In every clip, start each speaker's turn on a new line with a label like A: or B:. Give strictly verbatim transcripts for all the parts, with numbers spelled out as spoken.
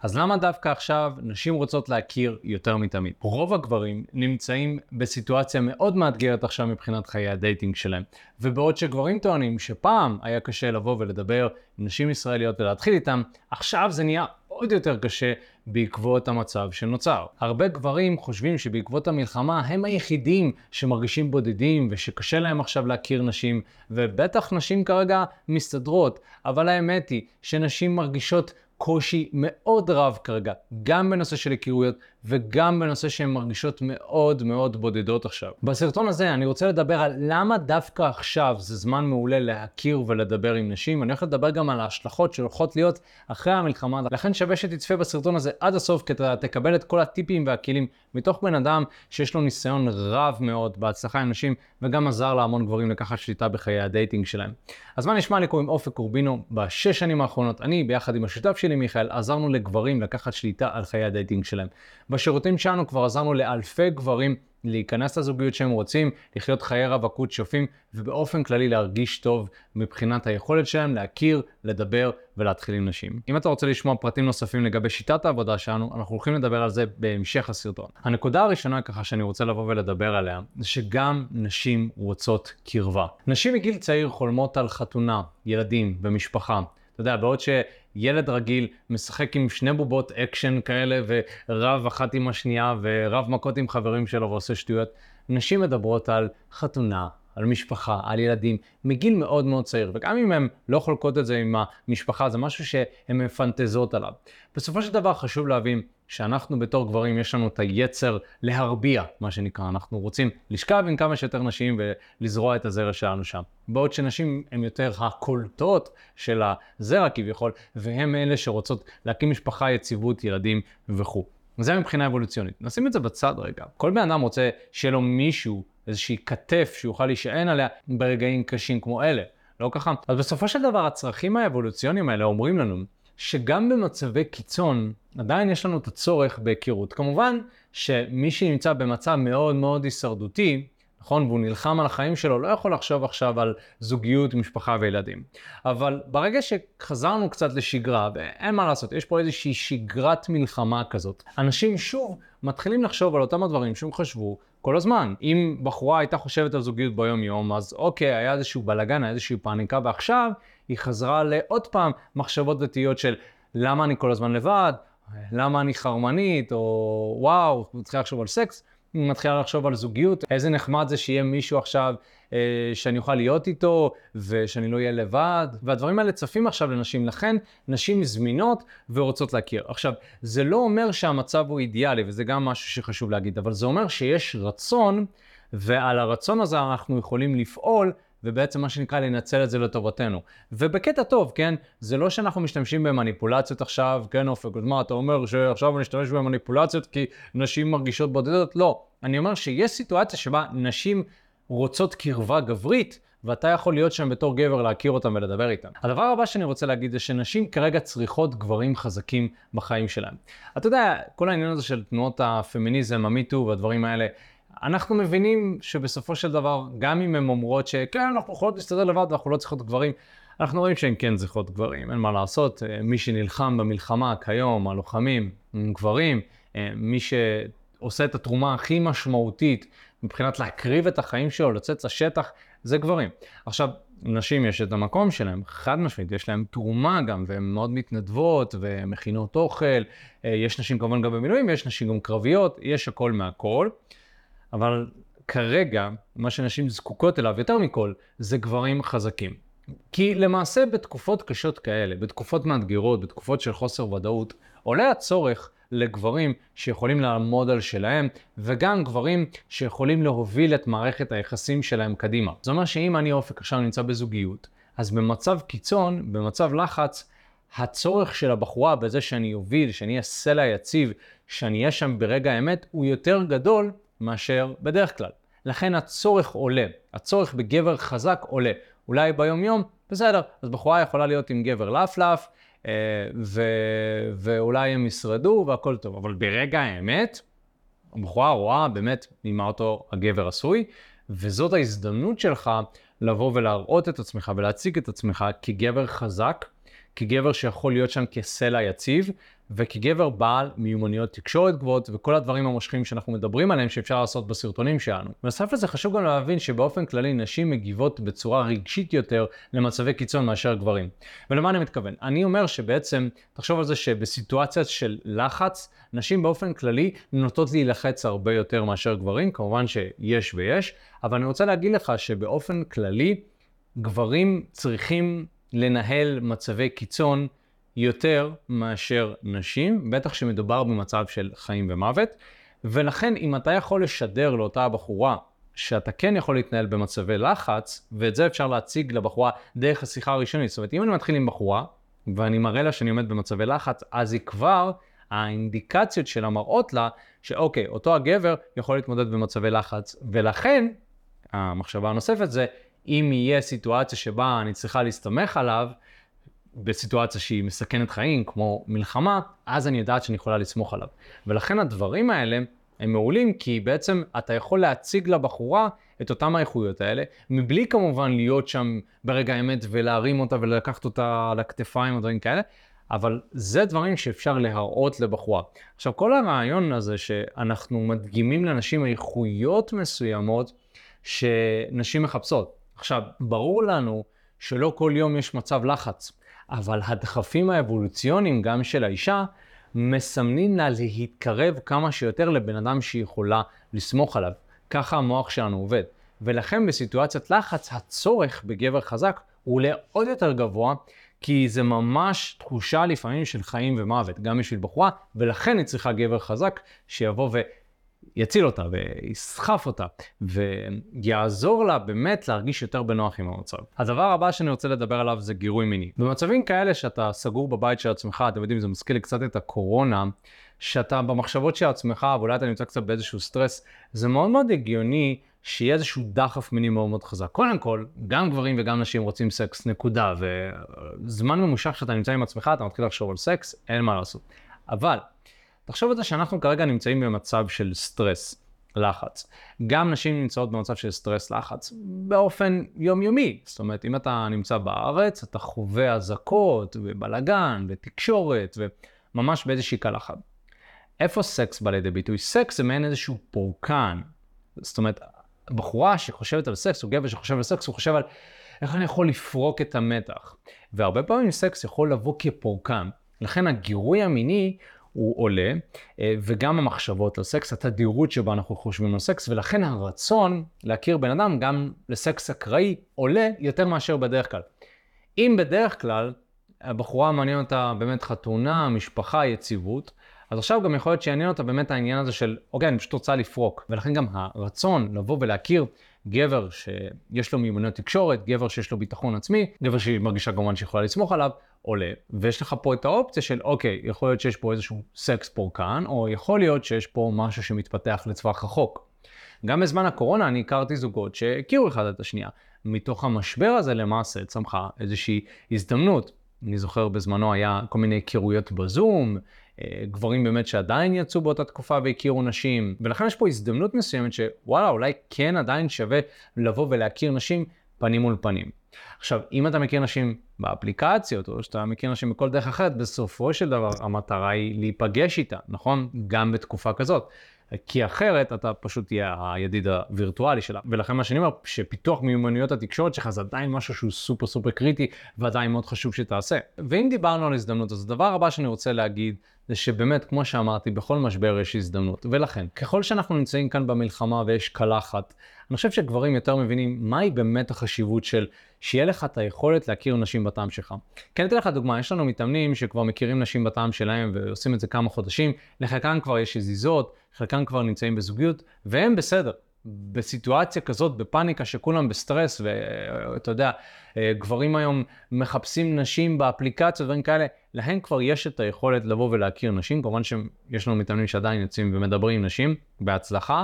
A: אז למה דווקא עכשיו נשים רוצות להכיר יותר מתמיד? רוב הגברים נמצאים בסיטואציה מאוד מאתגרת עכשיו מבחינת חיי הדייטינג שלהם. ובעוד שגברים טוענים שפעם היה קשה לבוא ולדבר עם נשים ישראליות ולהתחיל איתם, עכשיו זה נהיה עוד יותר קשה בעקבות המצב שנוצר. הרבה גברים חושבים שבעקבות המלחמה הם היחידים שמרגישים בודדים ושקשה להם עכשיו להכיר נשים, ובטח נשים כרגע מסתדרות, אבל האמת היא שנשים מרגישות קושי מאוד רב כרגע, גם בנושא של היכרויות וגם בנושא שהן מרגישות מאוד מאוד בודדות עכשיו. בסרטון הזה אני רוצה לדבר על למה דווקא עכשיו זה זמן מעולה להכיר ולדבר עם נשים. אני הולך לדבר גם על ההשלכות שהולכות להיות אחרי המלחמה, לכן שווה שתצפה בסרטון הזה עד הסוף כדי תקבל את כל הטיפים והכלים מתוך בן אדם שיש לו ניסיון רב מאוד בהצלחה עם נשים וגם עזר להמון גברים לקחת שליטה בחיי הדייטינג שלהם. אז מה נשמע לי? קוראים אופק קורבינו. בשש שנים האחרונות אני ביחד עם השותף שלי מיכאל עזרנו לגברים לקחת שליטה על חיי הדייטינג שלהם. בשירותים שלנו כבר עזרנו לאלפי גברים להיכנס לזוגיות שהם רוצים, לחיות חיי רווקות שופים ובאופן כללי להרגיש טוב מבחינת היכולת שלהם להכיר, לדבר ולהתחיל עם נשים. אם אתה רוצה לשמוע פרטים נוספים לגבי שיטת העבודה שלנו, אנחנו הולכים לדבר על זה בהמשך הסרטון. הנקודה הראשונה ככה שאני רוצה לבוא ולדבר עליה, זה שגם נשים רוצות קרבה. נשים מגיל צעיר חולמות על חתונה, ילדים ומשפחה. אתה יודע, בעוד שילד רגיל משחק עם שני בובות אקשן כאלה ורב אחת עם השנייה ורב מכות עם חברים שלו ועושה שטויות, נשים מדברות על חתונה, על משפחה, על ילדים, מגיל מאוד מאוד צעיר. וגם אם הן לא חולקות את זה עם המשפחה, זה משהו שהן מפנטזות עליו. בסופו של דבר חשוב להבין שאנחנו בתור גברים יש לנו את היצר להרביע, מה שנקרא. אנחנו רוצים לשכב עם כמה שיותר נשים ולזרוע את הזרע שלנו שם. בעוד שנשים הן יותר הקולטות של הזרע כביכול, והן אלה שרוצות להקים משפחה, יציבות, ילדים וכו'. זה מבחינה אבולוציונית. נשים את זה בצד רגע. כל בן אדם רוצה שיהיה לו מישהו, איזושהי כתף שיוכל להישען עליה ברגעים קשים כמו אלה. לא ככה? אז בסופו של דבר הצרכים האבולוציוניים האלה אומרים לנו שגם במצבי קיצון עדיין יש לנו את הצורך בהיכרות. כמובן שמי שנמצא במצב מאוד מאוד הישרדותי, נכון, והוא נלחם על החיים שלו, לא יכול לחשוב עכשיו על זוגיות, משפחה וילדים. אבל ברגע שחזרנו קצת לשגרה, ואין מה לעשות, יש פה איזושהי שגרת מלחמה כזאת, אנשים שוב מתחילים לחשוב על אותם הדברים שהם חשבו כל הזמן. אם בחורה הייתה חושבת על זוגיות ביום יום, אז אוקיי, היה איזשהו בלגן, היה איזושהי פאניקה, ועכשיו היא חזרה לעוד פעם מחשבות דתיות של למה אני כל הזמן לבד, למה אני חרמנית, או וואו, מתחילה לחשוב על סקס, מתחילה לחשוב על זוגיות, איזה נחמד זה שיהיה מישהו עכשיו אה, שאני אוכל להיות איתו ושאני לא אהיה לבד, והדברים האלה צפים עכשיו לנשים, לכן נשים זמינות ורוצות להכיר. עכשיו, זה לא אומר שהמצב הוא אידיאלי, וזה גם משהו שחשוב להגיד, אבל זה אומר שיש רצון, ועל הרצון הזה אנחנו יכולים לפעול, ובעצם מה שנקרא לנצל את זה לטובתנו. ובקטע טוב, כן? זה לא שאנחנו משתמשים במניפולציות עכשיו, כן אופק, אז מה, אתה אומר שעכשיו אני אשתמש במניפולציות כי נשים מרגישות בודדות? לא. אני אומר שיש סיטואציה שבה נשים רוצות קרבה גברית, ואתה יכול להיות שם בתור גבר להכיר אותם ולדבר איתם. הדבר הבא שאני רוצה להגיד זה שנשים כרגע צריכות גברים חזקים בחיים שלהם. אתה יודע, כל העניין הזה של תנועות הפמיניזם, המיטו והדברים האלה, אנחנו מבינים שבסופו של דבר, גם אם הן אומרות שכן, אנחנו יכולות להסתדר לבד ואנחנו לא צריכות גברים, אנחנו רואים שהן כן צריכות גברים, אין מה לעשות. מי שנלחם במלחמה כיום, הלוחמים, גברים, מי שעושה את התרומה הכי משמעותית מבחינת להקריב את החיים שלו, לצאת לשטח, זה גברים. עכשיו, נשים יש את המקום שלהם, חד משמעית, יש להם תרומה גם, והן מאוד מתנדבות ומכינות אוכל, יש נשים כמובן גם במילואים, יש נשים גם קרביות, יש הכל מהכל. אבל כרגע, מה שנשים זקוקות אליו יותר מכל, זה גברים חזקים. כי למעשה בתקופות קשות כאלה, בתקופות מאתגרות, בתקופות של חוסר ודאות, עולה הצורך לגברים שיכולים לעמוד על שלהם, וגם גברים שיכולים להוביל את מערכת היחסים שלהם קדימה. זאת אומרת שאם אני אופק עכשיו נמצא בזוגיות, אז במצב קיצון, במצב לחץ, הצורך של הבחורה בזה שאני אוביל, שאני אהיה סלע יציב, שאני אהיה שם ברגע האמת, הוא יותר גדול מאשר בדרך כלל. לכן הצורך עולה, הצורך בגבר חזק עולה. אולי ביום יום, בסדר, אז בחורה יכולה להיות עם גבר לפלף, ו... ואולי הם ישרדו והכל טוב. אבל ברגע האמת, הבחורה רואה באמת ממה אותו הגבר עשוי, וזאת ההזדמנות שלך לבוא ולהראות את עצמך ולהציג את עצמך כגבר חזק, כגבר שיכול להיות שם כסלע יציב, וכגבר בעל מיומנויות תקשורת גבוהות וכל הדברים המושכים שאנחנו מדברים עליהם שאפשר לעשות בסרטונים שלנו. בנוסף לזה חשוב גם להבין שבאופן כללי נשים מגיבות בצורה רגשית יותר למצבי קיצון מאשר גברים. ולמה אני מתכוון? אני אומר שבעצם, תחשוב על זה שבסיטואציה של לחץ, נשים באופן כללי נוטות להילחץ הרבה יותר מאשר גברים, כמובן שיש ויש, אבל אני רוצה להגיד לך שבאופן כללי, גברים צריכים לנהל מצבי קיצון יותר מאשר נשים, בטח שמדובר במצב של חיים ומוות, ולכן אם אתה יכול לשדר לאותה בחורה שאתה כן יכול להתנהל במצבי לחץ, ואת זה אפשר להציג לבחורה דרך השיחה הראשונית. זאת אומרת, אם אני מתחיל עם בחורה, ואני מראה לה שאני עומד במצבי לחץ, אז היא כבר, האינדיקציות שלה מראות לה, שאוקיי, אותו הגבר יכול להתמודד במצבי לחץ, ולכן, המחשבה הנוספת זה, אם יהיה סיטואציה שבה אני צריכה להסתמך עליו, בסיטואציה שהיא מסכנת חיים, כמו מלחמה, אז אני יודעת שאני יכולה לסמוך עליו. ולכן הדברים האלה הם מעולים, כי בעצם אתה יכול להציג לבחורה את אותם האיכויות האלה, מבלי כמובן להיות שם ברגע האמת ולהרים אותה ולקחת אותה על הכתפיים או דברים כאלה, אבל זה דברים שאפשר להראות לבחורה. עכשיו, כל הרעיון הזה שאנחנו מדגימים לאנשים איכויות מסוימות שנשים מחפשות. עכשיו, ברור לנו שלא כל יום יש מצב לחץ, אבל הדחפים האבולוציוניים גם של האישה מסמנים לה להתקרב כמה שיותר לבן אדם שהיא יכולה לסמוך עליו. ככה המוח שלנו עובד. ולכן בסיטואציית לחץ הצורך בגבר חזק הוא עולה עוד יותר גבוה, כי זה ממש תחושה לפעמים של חיים ומוות, גם בשביל בחורה, ולכן היא צריכה גבר חזק שיבוא ויציל אותה ויסחף אותה, ויעזור לה באמת להרגיש יותר בנוח עם המצב. הדבר הבא שאני רוצה לדבר עליו זה גירוי מיני. במצבים כאלה שאתה סגור בבית של עצמך, אתם יודעים, זה מזכיר לי קצת את הקורונה, שאתה במחשבות של עצמך, ואולי אתה נמצא קצת באיזשהו סטרס, זה מאוד מאוד הגיוני שיהיה איזשהו דחף מיני מאוד מאוד חזק. קודם כל, גם גברים וגם נשים רוצים סקס, נקודה, וזמן ממושך שאתה נמצא עם עצמך, אתה מתחיל לחשוב על סקס, אין מה לעשות. אבל, תחשוב על זה שאנחנו כרגע נמצאים במצב של סטרס, לחץ. גם נשים נמצאות במצב של סטרס, לחץ, באופן יומיומי. זאת אומרת, אם אתה נמצא בארץ, אתה חווה אזעקות ובלגן ותקשורת וממש באיזושהי קלחת. איפה סקס בא לידי ביטוי? סקס זה מעין איזשהו פורקן. זאת אומרת, בחורה שחושבת על סקס, או גבר שחושב על סקס, הוא חושב על איך אני יכול לפרוק את המתח. והרבה פעמים סקס יכול לבוא כפורקן. לכן הגירוי המיני הוא עולה, וגם המחשבות על סקס, התדירות שבה אנחנו חושבים על סקס, ולכן הרצון להכיר בן אדם גם לסקס אקראי עולה יותר מאשר בדרך כלל. אם בדרך כלל הבחורה מעניין אותה באמת חתונה, משפחה, יציבות, אז עכשיו גם יכול להיות שיעניין אותה באמת העניין הזה של, אוקיי, אני פשוט רוצה לפרוק. ולכן גם הרצון לבוא ולהכיר גבר שיש לו מיומנויות תקשורת, גבר שיש לו ביטחון עצמי, גבר שהיא מרגישה כמובן שיכולה לסמוך עליו, עולה. ויש לך פה את האופציה של, אוקיי, יכול להיות שיש פה איזשהו סקס פורקן, או יכול להיות שיש פה משהו שמתפתח לטווח רחוק. גם בזמן הקורונה אני הכרתי זוגות שהכירו אחד את השנייה. מתוך המשבר הזה למעשה צמחה איזושהי הזדמנות. אני זוכר בזמנו היה כל מיני היכרויות בזום, גברים באמת שעדיין יצאו באותה תקופה והכירו נשים, ולכן יש פה הזדמנות מסוימת שוואלה, אולי כן עדיין שווה לבוא ולהכיר נשים פנים מול פנים. עכשיו, אם אתה מכיר נשים באפליקציות, או שאתה מכיר נשים בכל דרך אחרת, בסופו של דבר המטרה היא להיפגש איתה, נכון? גם בתקופה כזאת. כי אחרת אתה פשוט תהיה הידיד הווירטואלי שלה. ולכן מה שאני אומר, שפיתוח מיומנויות התקשורת שלך זה עדיין משהו שהוא סופר סופר קריטי, ועדיין מאוד חשוב שתעשה. ואם דיברנו על הזדמנות, אז הדבר הבא שאני רוצה להגיד, זה שבאמת, כמו שאמרתי, בכל משבר יש הזדמנות. ולכן, ככל שאנחנו נמצאים כאן במלחמה ויש קלחת, אני חושב שגברים יותר מבינים מהי באמת החשיבות של שיהיה לך את היכולת להכיר נשים בטעם שלך. כן, אתן לך דוגמה, יש לנו מתאמנים שכבר מכירים נשים בטעם שלהם ועושים את זה כמה חודשים, לחלקם כבר יש הזיזות, חלקם כבר נמצאים בזוגיות, והם בסדר. בסיטואציה כזאת, בפאניקה שכולם בסטרס, ואתה יודע, גברים היום מחפשים נשים באפליקציות ודברים כאלה, להם כבר יש את היכולת לבוא ולהכיר נשים, כמובן שיש לנו מתאמנים שעדיין יוצאים ומדברים עם נשים בהצלחה,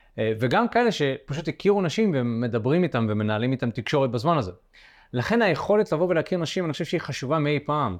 A: וגם כאלה שפשוט הכירו נשים ומדברים איתם ומנהלים איתם תקשורת בזמן הזה. לכן היכולת לבוא ולהכיר נשים, אני חושב שהיא חשובה מאי פעם.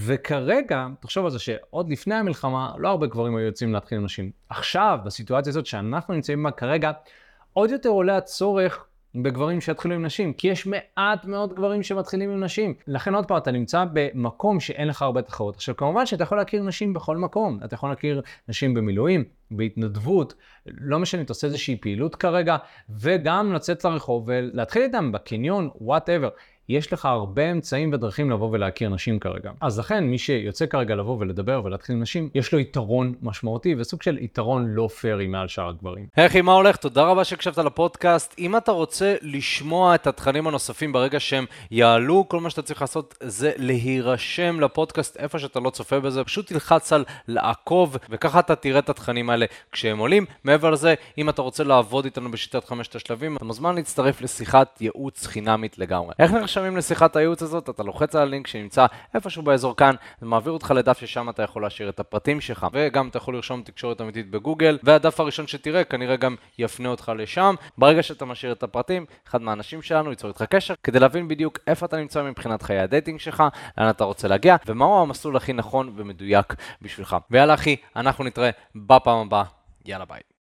A: וכרגע, תחשוב על זה שעוד לפני המלחמה, לא הרבה גברים היו יוצאים להתחיל עם נשים. עכשיו, בסיטואציה הזאת שאנחנו נמצאים בה כרגע, עוד יותר עולה הצורך בגברים שיתחילו עם נשים, כי יש מעט מאוד גברים שמתחילים עם נשים. לכן עוד פעם, אתה נמצא במקום שאין לך הרבה תחרות. עכשיו, כמובן שאתה יכול להכיר נשים בכל מקום. אתה יכול להכיר נשים במילואים, בהתנדבות, לא משנה, אתה עושה איזושהי פעילות כרגע, וגם לצאת לרחוב ולהתחיל איתם בקניון, whatever. יש לך הרבה אמצעים ודרכים לבוא ולהכיר נשים כרגע. אז לכן, מי שיוצא כרגע לבוא ולדבר ולהתחיל עם נשים, יש לו יתרון משמעותי וסוג של יתרון לא פיירי מעל שאר הגברים.
B: היי אחי, מה הולך? תודה רבה שהקשבת לפודקאסט. אם אתה רוצה לשמוע את התכנים הנוספים ברגע שהם יעלו, כל מה שאתה צריך לעשות זה להירשם לפודקאסט איפה שאתה לא צופה בזה. פשוט תלחץ על לעקוב, וככה אתה תראה את התכנים האלה כשהם עולים. מעבר לזה, אם אתה רוצה לעבוד איתנו בשיטת חמשת השלבים, אתה מוזמן להצטרף לשיחת ייעוץ חינמית לגמרי. איך נרשמים לשיחת הייעוץ הזאת? אתה לוחץ על הלינק שנמצא איפשהו באזור כאן, זה מעביר אותך לדף ששם אתה יכול להשאיר את הפרטים שלך, וגם אתה יכול לרשום תקשורת אמיתית בגוגל, והדף הראשון שתראה כנראה גם יפנה אותך לשם. ברגע שאתה משאיר את הפרטים, אחד מהאנשים שלנו ייצור איתך קשר, כדי להבין בדיוק איפה אתה נמצא מבחינת חיי הדייטינג שלך, לאן אתה רוצה להגיע, ומהו המסלול הכי נכון ומדויק בשבילך. ויאללה אחי, אנחנו נתראה בפעם הבאה. יאללה ביי.